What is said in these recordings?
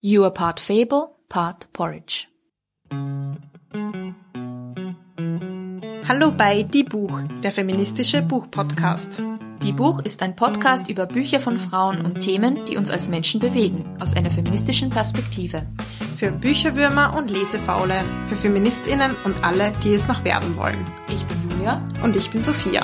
You are part Fable, part Porridge. Hallo bei Die Buch, der feministische Buchpodcast. Die Buch ist ein Podcast über Bücher von Frauen und Themen, die uns als Menschen bewegen, aus einer feministischen Perspektive. Für Bücherwürmer und Lesefaule, für FeministInnen und alle, die es noch werden wollen. Ich bin Julia. Und ich bin Sophia.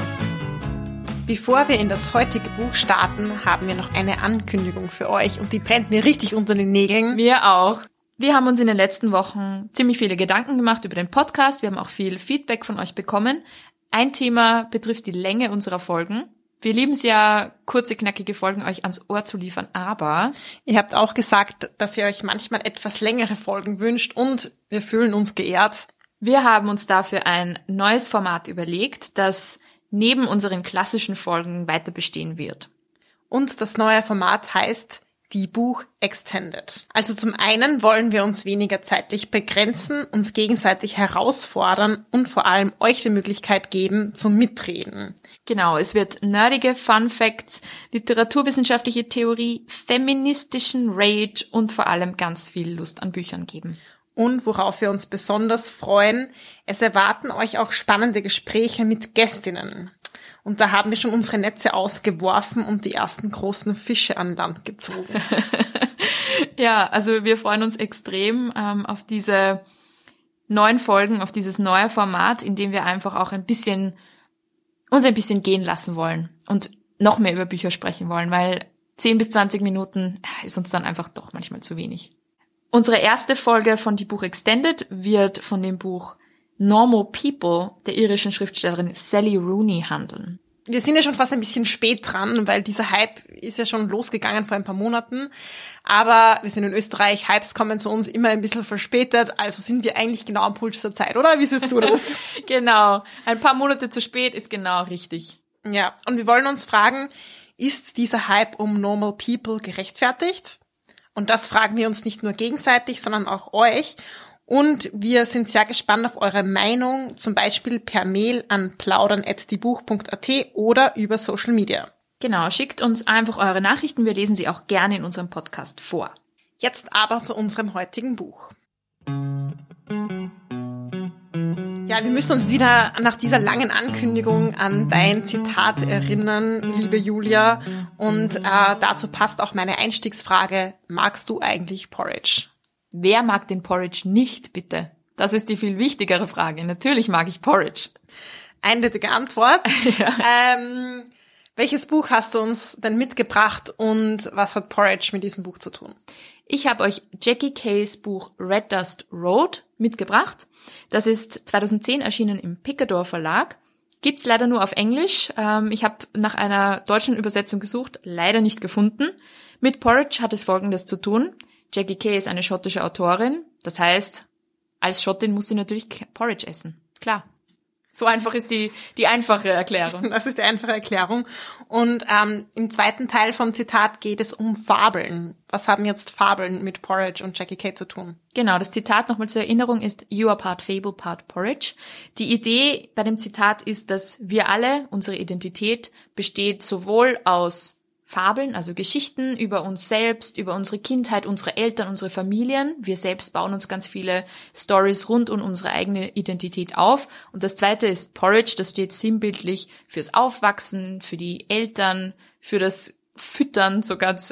Bevor wir in das heutige Buch starten, haben wir noch eine Ankündigung für euch und die brennt mir richtig unter den Nägeln. Wir auch. Wir haben uns in den letzten Wochen ziemlich viele Gedanken gemacht über den Podcast. Wir haben auch viel Feedback von euch bekommen. Ein Thema betrifft die Länge unserer Folgen. Wir lieben es ja, kurze, knackige Folgen euch ans Ohr zu liefern, aber ihr habt auch gesagt, dass ihr euch manchmal etwas längere Folgen wünscht und wir fühlen uns geehrt. Wir haben uns dafür ein neues Format überlegt, das neben unseren klassischen Folgen weiter bestehen wird. Und das neue Format heißt Die Buch Extended. Also zum einen wollen wir uns weniger zeitlich begrenzen, uns gegenseitig herausfordern und vor allem euch die Möglichkeit geben zum Mitreden. Genau, es wird nerdige Fun Facts, literaturwissenschaftliche Theorie, feministischen Rage und vor allem ganz viel Lust an Büchern geben. Und worauf wir uns besonders freuen, es erwarten euch auch spannende Gespräche mit Gästinnen. Und da haben wir schon unsere Netze ausgeworfen und die ersten großen Fische an Land gezogen. Ja, also wir freuen uns extrem auf diese neuen Folgen, auf dieses neue Format, in dem wir einfach auch uns ein bisschen gehen lassen wollen und noch mehr über Bücher sprechen wollen, weil 10 bis 20 Minuten ist uns dann einfach doch manchmal zu wenig. Unsere erste Folge von Die Buch Extended wird von dem Buch Normal People der irischen Schriftstellerin Sally Rooney handeln. Wir sind ja schon fast ein bisschen spät dran, weil dieser Hype ist ja schon losgegangen vor ein paar Monaten. Aber wir sind in Österreich, Hypes kommen zu uns immer ein bisschen verspätet, also sind wir eigentlich genau am Puls der Zeit, oder? Wie siehst du das? Genau, ein paar Monate zu spät ist genau richtig. Ja, und wir wollen uns fragen, ist dieser Hype um Normal People gerechtfertigt? Und das fragen wir uns nicht nur gegenseitig, sondern auch euch. Und wir sind sehr gespannt auf eure Meinung, zum Beispiel per Mail an plaudern@diebuch.at oder über Social Media. Genau, schickt uns einfach eure Nachrichten, wir lesen sie auch gerne in unserem Podcast vor. Jetzt aber zu unserem heutigen Buch. Ja, wir müssen uns wieder nach dieser langen Ankündigung an dein Zitat erinnern, liebe Julia. Und dazu passt auch meine Einstiegsfrage, magst du eigentlich Porridge? Wer mag den Porridge nicht, bitte? Das ist die viel wichtigere Frage. Natürlich mag ich Porridge. Eindeutige Antwort. Ja. Welches Buch hast du uns denn mitgebracht und was hat Porridge mit diesem Buch zu tun? Ich habe euch Jackie Kays Buch Red Dust Road mitgebracht. Das ist 2010 erschienen im Picador Verlag. Gibt's leider nur auf Englisch. Ich habe nach einer deutschen Übersetzung gesucht, leider nicht gefunden. Mit Porridge hat es Folgendes zu tun. Jackie Kay ist eine schottische Autorin. Das heißt, als Schottin muss sie natürlich Porridge essen. Klar. So einfach ist die einfache Erklärung. Das ist die einfache Erklärung. Und im zweiten Teil vom Zitat geht es um Fabeln. Was haben jetzt Fabeln mit Porridge und Jackie Kay zu tun? Genau, das Zitat nochmal zur Erinnerung ist You are part Fable, part Porridge. Die Idee bei dem Zitat ist, dass wir alle, unsere Identität besteht sowohl aus Fabeln, also Geschichten über uns selbst, über unsere Kindheit, unsere Eltern, unsere Familien. Wir selbst bauen uns ganz viele Stories rund um unsere eigene Identität auf. Und das zweite ist Porridge, das steht sinnbildlich fürs Aufwachsen, für die Eltern, für das Füttern, so ganz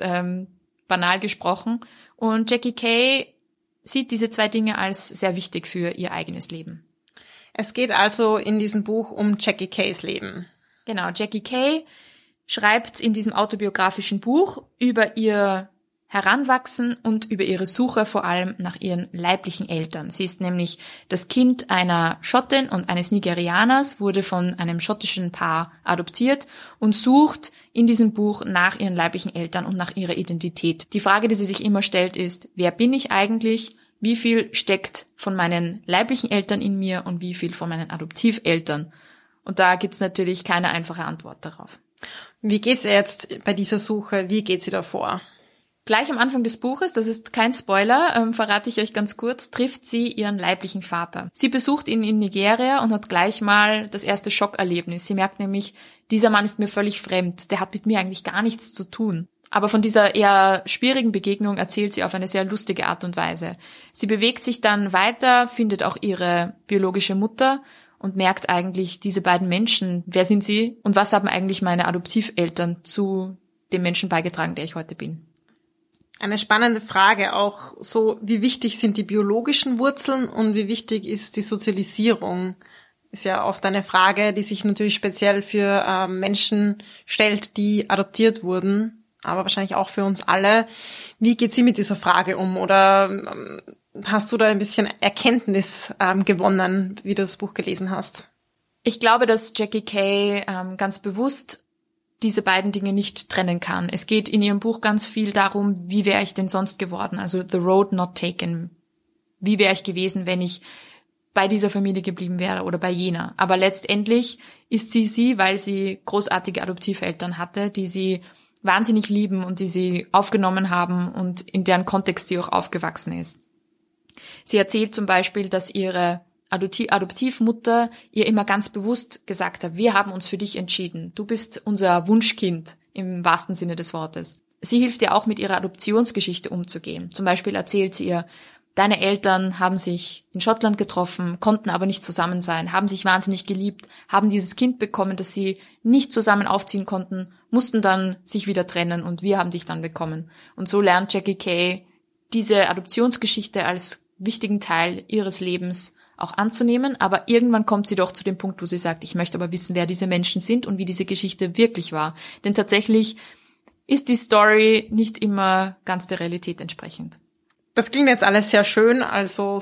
banal gesprochen. Und Jackie Kay sieht diese zwei Dinge als sehr wichtig für ihr eigenes Leben. Es geht also in diesem Buch um Jackie Kays Leben. Genau, Jackie Kay schreibt in diesem autobiografischen Buch über ihr Heranwachsen und über ihre Suche vor allem nach ihren leiblichen Eltern. Sie ist nämlich das Kind einer Schottin und eines Nigerianers, wurde von einem schottischen Paar adoptiert und sucht in diesem Buch nach ihren leiblichen Eltern und nach ihrer Identität. Die Frage, die sie sich immer stellt, ist, wer bin ich eigentlich? Wie viel steckt von meinen leiblichen Eltern in mir und wie viel von meinen Adoptiveltern? Und da gibt's natürlich keine einfache Antwort darauf. Wie geht's ihr jetzt bei dieser Suche? Wie geht sie davor? Gleich am Anfang des Buches, das ist kein Spoiler, verrate ich euch ganz kurz, trifft sie ihren leiblichen Vater. Sie besucht ihn in Nigeria und hat gleich mal das erste Schockerlebnis. Sie merkt nämlich, dieser Mann ist mir völlig fremd, der hat mit mir eigentlich gar nichts zu tun. Aber von dieser eher schwierigen Begegnung erzählt sie auf eine sehr lustige Art und Weise. Sie bewegt sich dann weiter, findet auch ihre biologische Mutter und merkt eigentlich, diese beiden Menschen, wer sind sie und was haben eigentlich meine Adoptiveltern zu dem Menschen beigetragen, der ich heute bin. Eine spannende Frage auch so, wie wichtig sind die biologischen Wurzeln und wie wichtig ist die Sozialisierung? Ist ja oft eine Frage, die sich natürlich speziell für Menschen stellt, die adoptiert wurden, aber wahrscheinlich auch für uns alle. Wie geht sie mit dieser Frage um? Oder hast du da ein bisschen Erkenntnis gewonnen, wie du das Buch gelesen hast? Ich glaube, dass Jackie Kay ganz bewusst diese beiden Dinge nicht trennen kann. Es geht in ihrem Buch ganz viel darum, wie wäre ich denn sonst geworden? Also the road not taken. Wie wäre ich gewesen, wenn ich bei dieser Familie geblieben wäre oder bei jener? Aber letztendlich ist sie, weil sie großartige Adoptiveltern hatte, die sie wahnsinnig lieben und die sie aufgenommen haben und in deren Kontext sie auch aufgewachsen ist. Sie erzählt zum Beispiel, dass ihre Adoptivmutter ihr immer ganz bewusst gesagt hat, wir haben uns für dich entschieden. Du bist unser Wunschkind im wahrsten Sinne des Wortes. Sie hilft ihr auch, mit ihrer Adoptionsgeschichte umzugehen. Zum Beispiel erzählt sie ihr, deine Eltern haben sich in Schottland getroffen, konnten aber nicht zusammen sein, haben sich wahnsinnig geliebt, haben dieses Kind bekommen, das sie nicht zusammen aufziehen konnten, mussten dann sich wieder trennen und wir haben dich dann bekommen. Und so lernt Jackie Kay diese Adoptionsgeschichte als wichtigen Teil ihres Lebens auch anzunehmen, aber irgendwann kommt sie doch zu dem Punkt, wo sie sagt, ich möchte aber wissen, wer diese Menschen sind und wie diese Geschichte wirklich war. Denn tatsächlich ist die Story nicht immer ganz der Realität entsprechend. Das klingt jetzt alles sehr schön, also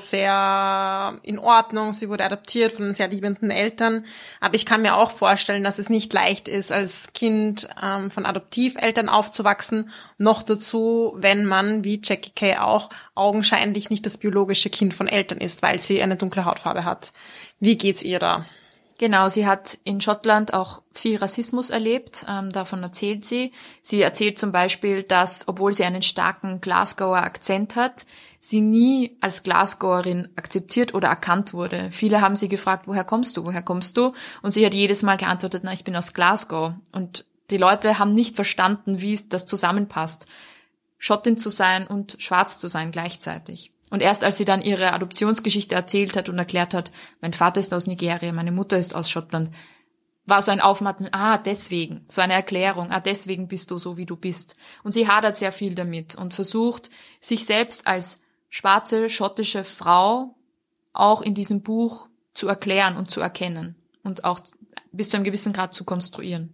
sehr in Ordnung. Sie wurde adoptiert von sehr liebenden Eltern. Aber ich kann mir auch vorstellen, dass es nicht leicht ist, als Kind von Adoptiveltern aufzuwachsen. Noch dazu, wenn man, wie Jackie Kay auch, augenscheinlich nicht das biologische Kind von Eltern ist, weil sie eine dunkle Hautfarbe hat. Wie geht's ihr da? Genau, sie hat in Schottland auch viel Rassismus erlebt, davon erzählt sie. Sie erzählt zum Beispiel, dass, obwohl sie einen starken Glasgower Akzent hat, sie nie als Glasgowerin akzeptiert oder erkannt wurde. Viele haben sie gefragt, woher kommst du? Und sie hat jedes Mal geantwortet, ich bin aus Glasgow. Und die Leute haben nicht verstanden, wie das zusammenpasst, Schottin zu sein und schwarz zu sein gleichzeitig. Und erst als sie dann ihre Adoptionsgeschichte erzählt hat und erklärt hat, mein Vater ist aus Nigeria, meine Mutter ist aus Schottland, war so ein Aufmatten, deswegen, so eine Erklärung, deswegen bist du so, wie du bist. Und sie hadert sehr viel damit und versucht, sich selbst als schwarze, schottische Frau auch in diesem Buch zu erklären und zu erkennen und auch bis zu einem gewissen Grad zu konstruieren.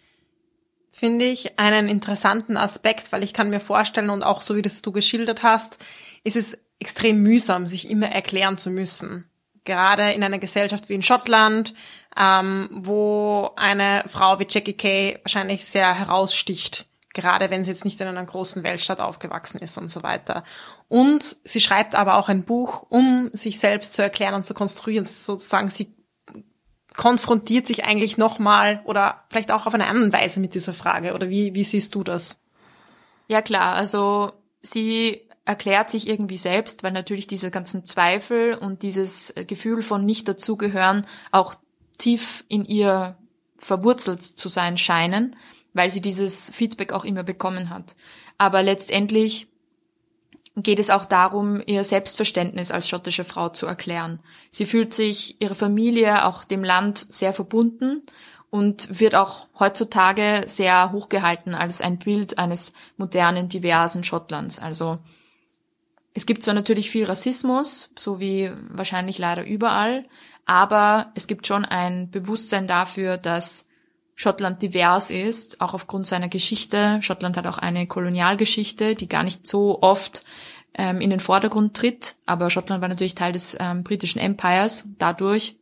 Finde ich einen interessanten Aspekt, weil ich kann mir vorstellen, und auch so wie das du geschildert hast, ist es extrem mühsam, sich immer erklären zu müssen. Gerade in einer Gesellschaft wie in Schottland, wo eine Frau wie Jackie Kay wahrscheinlich sehr heraussticht, gerade wenn sie jetzt nicht in einer großen Weltstadt aufgewachsen ist und so weiter. Und sie schreibt aber auch ein Buch, um sich selbst zu erklären und zu konstruieren. Sozusagen, sie konfrontiert sich eigentlich nochmal oder vielleicht auch auf eine andere Weise mit dieser Frage. Oder wie siehst du das? Ja klar, also sie erklärt sich irgendwie selbst, weil natürlich diese ganzen Zweifel und dieses Gefühl von nicht dazugehören auch tief in ihr verwurzelt zu sein scheinen, weil sie dieses Feedback auch immer bekommen hat. Aber letztendlich geht es auch darum, ihr Selbstverständnis als schottische Frau zu erklären. Sie fühlt sich ihrer Familie, auch dem Land sehr verbunden und wird auch heutzutage sehr hochgehalten als ein Bild eines modernen, diversen Schottlands. Also es gibt zwar natürlich viel Rassismus, so wie wahrscheinlich leider überall, aber es gibt schon ein Bewusstsein dafür, dass Schottland divers ist, auch aufgrund seiner Geschichte. Schottland hat auch eine Kolonialgeschichte, die gar nicht so oft in den Vordergrund tritt, aber Schottland war natürlich Teil des britischen Empires. Dadurch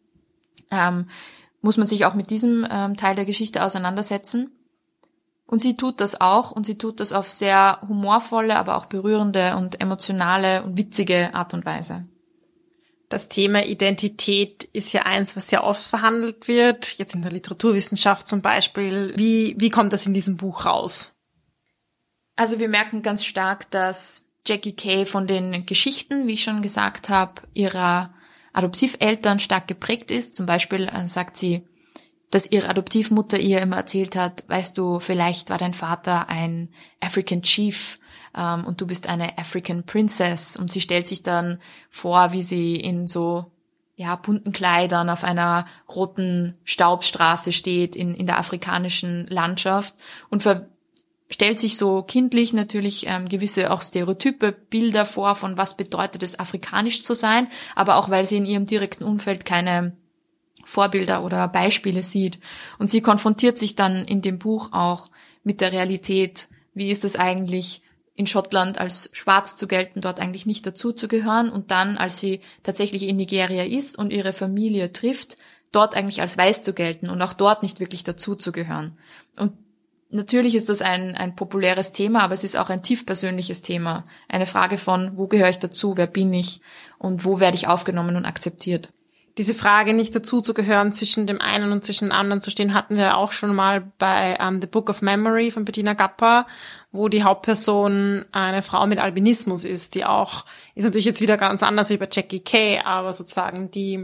muss man sich auch mit diesem Teil der Geschichte auseinandersetzen. Und sie tut das auch, und sie tut das auf sehr humorvolle, aber auch berührende und emotionale und witzige Art und Weise. Das Thema Identität ist ja eins, was sehr oft verhandelt wird, jetzt in der Literaturwissenschaft zum Beispiel. Wie kommt das in diesem Buch raus? Also wir merken ganz stark, dass Jackie Kay von den Geschichten, wie ich schon gesagt habe, ihrer Adoptiveltern stark geprägt ist. Zum Beispiel sagt sie, dass ihre Adoptivmutter ihr immer erzählt hat, weißt du, vielleicht war dein Vater ein African Chief und du bist eine African Princess. Und sie stellt sich dann vor, wie sie in so bunten Kleidern auf einer roten Staubstraße steht in der afrikanischen Landschaft und stellt sich so kindlich natürlich gewisse auch stereotype Bilder vor, von was bedeutet es, afrikanisch zu sein, aber auch, weil sie in ihrem direkten Umfeld keine Vorbilder oder Beispiele sieht. Und sie konfrontiert sich dann in dem Buch auch mit der Realität. Wie ist es eigentlich, in Schottland als schwarz zu gelten, dort eigentlich nicht dazu zu gehören und dann, als sie tatsächlich in Nigeria ist und ihre Familie trifft, dort eigentlich als weiß zu gelten und auch dort nicht wirklich dazu zu gehören. Und natürlich ist das ein populäres Thema, aber es ist auch ein tief persönliches Thema. Eine Frage von, wo gehöre ich dazu, wer bin ich und wo werde ich aufgenommen und akzeptiert. Diese Frage, nicht dazu zu gehören, zwischen dem einen und zwischen dem anderen zu stehen, hatten wir auch schon mal bei The Book of Memory von Bettina Gapper, wo die Hauptperson eine Frau mit Albinismus ist, die auch, ist natürlich jetzt wieder ganz anders wie bei Jackie Kay, aber sozusagen die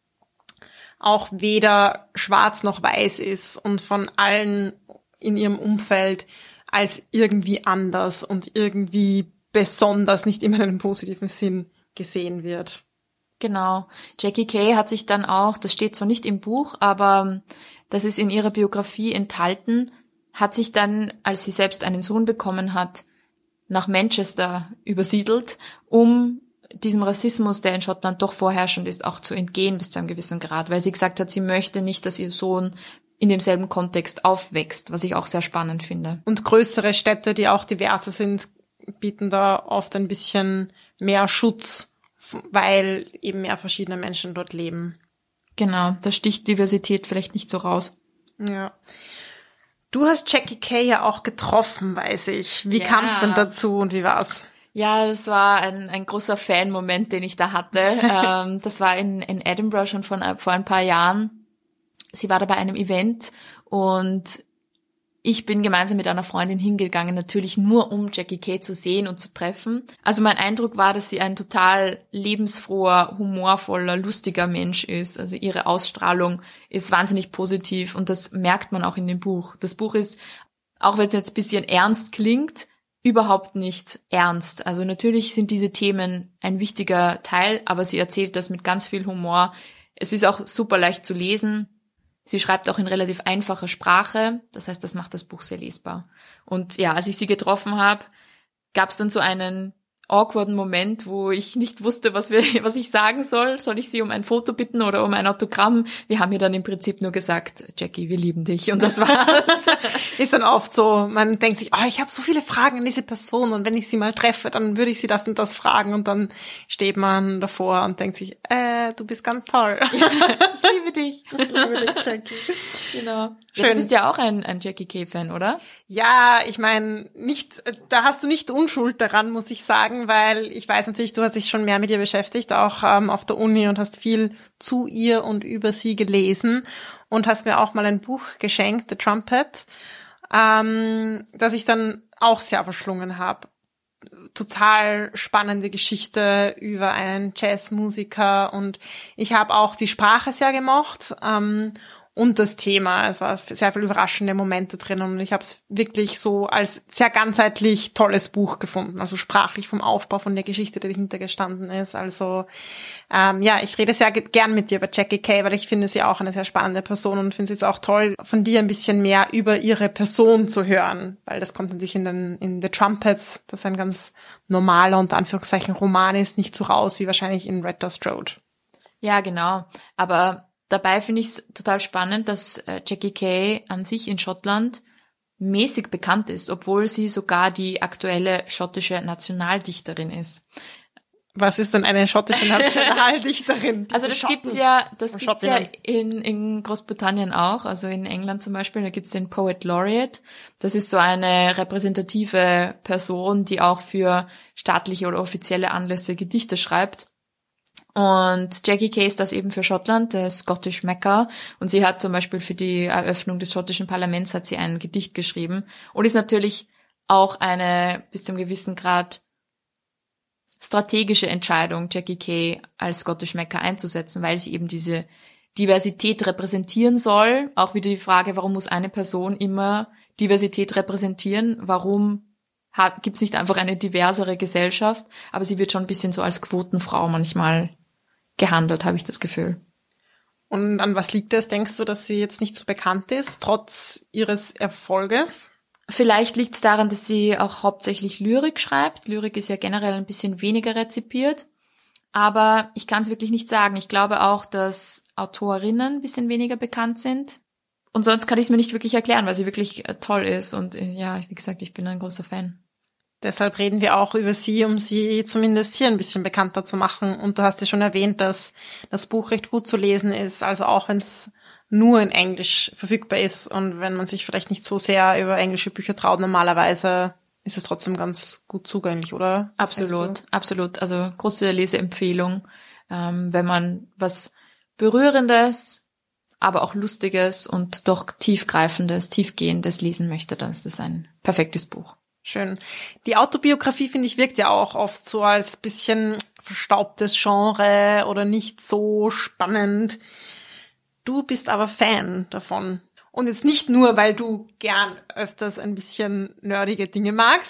auch weder schwarz noch weiß ist und von allen in ihrem Umfeld als irgendwie anders und irgendwie besonders, nicht immer in einem positiven Sinn gesehen wird. Genau. Jackie Kay hat sich dann auch, das steht zwar nicht im Buch, aber das ist in ihrer Biografie enthalten, hat sich dann, als sie selbst einen Sohn bekommen hat, nach Manchester übersiedelt, um diesem Rassismus, der in Schottland doch vorherrschend ist, auch zu entgehen bis zu einem gewissen Grad, weil sie gesagt hat, sie möchte nicht, dass ihr Sohn in demselben Kontext aufwächst, was ich auch sehr spannend finde. Und größere Städte, die auch diverser sind, bieten da oft ein bisschen mehr Schutz, weil eben mehr verschiedene Menschen dort leben. Genau, da sticht Diversität vielleicht nicht so raus. Ja. Du hast Jackie Kay ja auch getroffen, weiß ich. Wie kam es denn dazu und wie war's? Ja, das war ein großer Fan-Moment, den ich da hatte. Das war in Edinburgh schon vor ein paar Jahren. Sie war da bei einem Event und ich bin gemeinsam mit einer Freundin hingegangen, natürlich nur um Jackie Kay zu sehen und zu treffen. Also mein Eindruck war, dass sie ein total lebensfroher, humorvoller, lustiger Mensch ist. Also ihre Ausstrahlung ist wahnsinnig positiv und das merkt man auch in dem Buch. Das Buch ist, auch wenn es jetzt ein bisschen ernst klingt, überhaupt nicht ernst. Also natürlich sind diese Themen ein wichtiger Teil, aber sie erzählt das mit ganz viel Humor. Es ist auch super leicht zu lesen. Sie schreibt auch in relativ einfacher Sprache, das heißt, das macht das Buch sehr lesbar. Und ja, als ich sie getroffen habe, gab es dann so einen awkwarden Moment, wo ich nicht wusste, was ich sagen soll. Soll ich sie um ein Foto bitten oder um ein Autogramm? Wir haben ihr dann im Prinzip nur gesagt, Jackie, wir lieben dich. Und das war's. Ist dann oft so, man denkt sich, ich habe so viele Fragen an diese Person und wenn ich sie mal treffe, dann würde ich sie das und das fragen und dann steht man davor und denkt sich, du bist ganz toll. Ich liebe dich. Ich liebe dich, Jackie. Genau. Schön. Ja, du bist ja auch ein Jackie Kay-Fan, oder? Ja, ich meine, da hast du nicht Unschuld daran, muss ich sagen, weil ich weiß natürlich, du hast dich schon mehr mit ihr beschäftigt, auch auf der Uni und hast viel zu ihr und über sie gelesen und hast mir auch mal ein Buch geschenkt, The Trumpet, das ich dann auch sehr verschlungen habe. Total spannende Geschichte über einen Jazzmusiker und ich habe auch die Sprache sehr gemocht und das Thema. Es war sehr viele überraschende Momente drin und ich habe es wirklich so als sehr ganzheitlich tolles Buch gefunden, also sprachlich vom Aufbau von der Geschichte, die dahinter gestanden ist. Also ich rede sehr gern mit dir über Jackie Kay, weil ich finde sie auch eine sehr spannende Person und finde es jetzt auch toll, von dir ein bisschen mehr über ihre Person zu hören, weil das kommt natürlich in The Trumpets, das ein ganz normaler, unter Anführungszeichen, Roman ist, nicht so raus wie wahrscheinlich in Red Dust Road. Ja, genau. Aber dabei finde ich es total spannend, dass Jackie Kay an sich in Schottland mäßig bekannt ist, obwohl sie sogar die aktuelle schottische Nationaldichterin ist. Was ist denn eine schottische Nationaldichterin? Also das gibt's ja in Großbritannien auch, also in England zum Beispiel, da gibt's den Poet Laureate. Das ist so eine repräsentative Person, die auch für staatliche oder offizielle Anlässe Gedichte schreibt. Und Jackie Kay ist das eben für Schottland, der Scottish Mecca. Und sie hat zum Beispiel für die Eröffnung des schottischen Parlaments hat sie ein Gedicht geschrieben und ist natürlich auch eine bis zum gewissen Grad strategische Entscheidung, Jackie Kay als Scottish Mecca einzusetzen, weil sie eben diese Diversität repräsentieren soll. Auch wieder die Frage, warum muss eine Person immer Diversität repräsentieren? Warum gibt's nicht einfach eine diversere Gesellschaft? Aber sie wird schon ein bisschen so als Quotenfrau manchmal gehandelt, habe ich das Gefühl. Und an was liegt es? Denkst du, dass sie jetzt nicht so bekannt ist, trotz ihres Erfolges? Vielleicht liegt es daran, dass sie auch hauptsächlich Lyrik schreibt. Lyrik ist ja generell ein bisschen weniger rezipiert. Aber ich kann es wirklich nicht sagen. Ich glaube auch, dass Autorinnen ein bisschen weniger bekannt sind. Und sonst kann ich es mir nicht wirklich erklären, weil sie wirklich toll ist. Und ja, wie gesagt, ich bin ein großer Fan. Deshalb reden wir auch über sie, um sie zumindest hier ein bisschen bekannter zu machen. Und du hast ja schon erwähnt, dass das Buch recht gut zu lesen ist. Also auch wenn es nur in Englisch verfügbar ist und wenn man sich vielleicht nicht so sehr über englische Bücher traut, normalerweise ist es trotzdem ganz gut zugänglich, oder? Absolut, absolut. Also große Leseempfehlung, wenn man was Berührendes, aber auch Lustiges und doch tiefgreifendes, tiefgehendes lesen möchte, dann ist das ein perfektes Buch. Schön. Die Autobiografie, finde ich, wirkt ja auch oft so als bisschen verstaubtes Genre oder nicht so spannend. Du bist aber Fan davon. Und jetzt nicht nur, weil du gern öfters ein bisschen nerdige Dinge magst.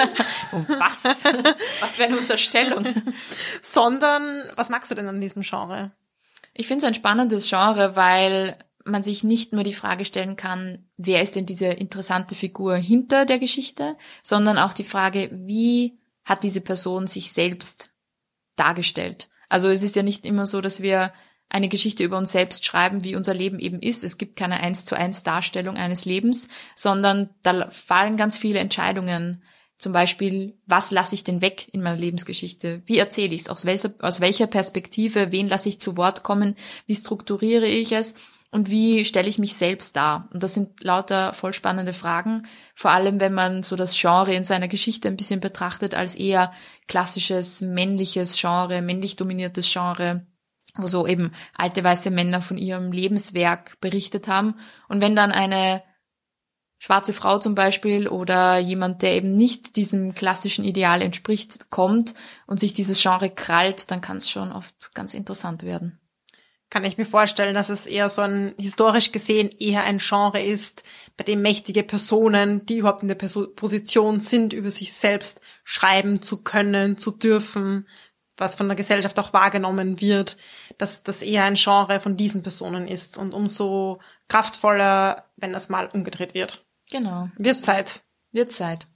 Was? Was für eine Unterstellung. Sondern, was magst du denn an diesem Genre? Ich finde es ein spannendes Genre, weil man sich nicht nur die Frage stellen kann, wer ist denn diese interessante Figur hinter der Geschichte, sondern auch die Frage, wie hat diese Person sich selbst dargestellt? Also es ist ja nicht immer so, dass wir eine Geschichte über uns selbst schreiben, wie unser Leben eben ist. Es gibt keine 1:1 Darstellung eines Lebens, sondern da fallen ganz viele Entscheidungen. Zum Beispiel, was lasse ich denn weg in meiner Lebensgeschichte? Wie erzähle ich es? Aus welcher Perspektive? Wen lasse ich zu Wort kommen? Wie strukturiere ich es? Und wie stelle ich mich selbst dar? Und das sind lauter voll spannende Fragen. Vor allem, wenn man so das Genre in seiner Geschichte ein bisschen betrachtet als eher klassisches männliches Genre, männlich dominiertes Genre, wo so eben alte weiße Männer von ihrem Lebenswerk berichtet haben. Und wenn dann eine schwarze Frau zum Beispiel oder jemand, der eben nicht diesem klassischen Ideal entspricht, kommt und sich dieses Genre krallt, dann kann es schon oft ganz interessant werden. Kann ich mir vorstellen, dass es eher so ein, historisch gesehen, eher ein Genre ist, bei dem mächtige Personen, die überhaupt in der Position sind, über sich selbst schreiben zu können, zu dürfen, was von der Gesellschaft auch wahrgenommen wird, dass das eher ein Genre von diesen Personen ist und umso kraftvoller, wenn das mal umgedreht wird. Genau. Wird Zeit. Wird Zeit.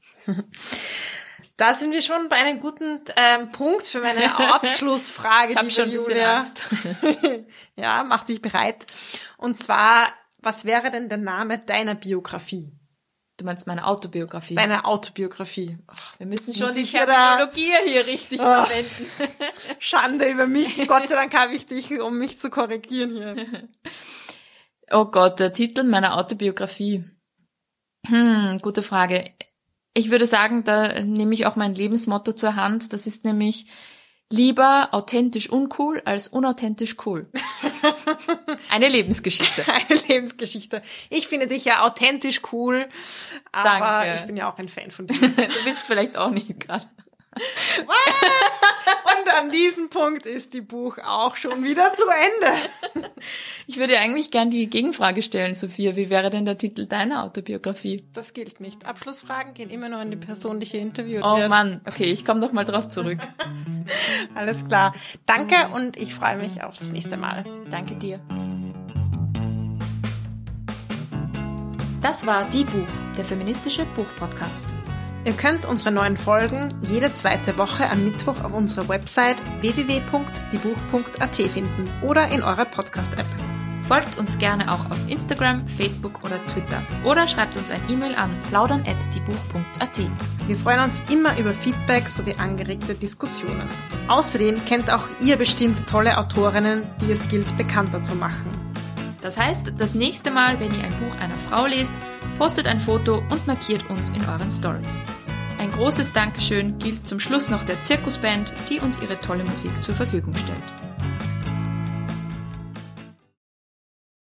Da sind wir schon bei einem guten Punkt für meine Abschlussfrage. Ich habe schon ein bisschen Angst. Ja, mach dich bereit. Und zwar, was wäre denn der Name deiner Biografie? Du meinst meine Autobiografie? Deine Autobiografie. Wir müssen schon die Terminologie hier richtig verwenden. Schande über mich. Gott sei Dank habe ich dich, um mich zu korrigieren hier. Oh Gott, der Titel meiner Autobiografie. Gute Frage. Ich würde sagen, da nehme ich auch mein Lebensmotto zur Hand. Das ist nämlich lieber authentisch uncool als unauthentisch cool. Eine Lebensgeschichte. Eine Lebensgeschichte. Ich finde dich ja authentisch cool, aber Danke. Ich bin ja auch ein Fan von dir. Du bist vielleicht auch nicht gerade. Was? Und an diesem Punkt ist die Buch auch schon wieder zu Ende. Ich würde eigentlich gern die Gegenfrage stellen, Sophia. Wie wäre denn der Titel deiner Autobiografie? Das gilt nicht. Abschlussfragen gehen immer nur an die Person, die hier interviewt Oh wird. Mann, okay, ich komme noch mal drauf zurück. Alles klar. Danke und ich freue mich auf das nächste Mal. Danke dir. Das war Die Buch, der feministische Buchpodcast. Ihr könnt unsere neuen Folgen jede zweite Woche am Mittwoch auf unserer Website www.diebuch.at finden oder in eurer Podcast-App. Folgt uns gerne auch auf Instagram, Facebook oder Twitter oder schreibt uns ein E-Mail an plaudern@diebuch.at. Wir freuen uns immer über Feedback sowie angeregte Diskussionen. Außerdem kennt auch ihr bestimmt tolle Autorinnen, die es gilt, bekannter zu machen. Das heißt, das nächste Mal, wenn ihr ein Buch einer Frau lest, postet ein Foto und markiert uns in euren Stories. Ein großes Dankeschön gilt zum Schluss noch der Zirkusband, die uns ihre tolle Musik zur Verfügung stellt.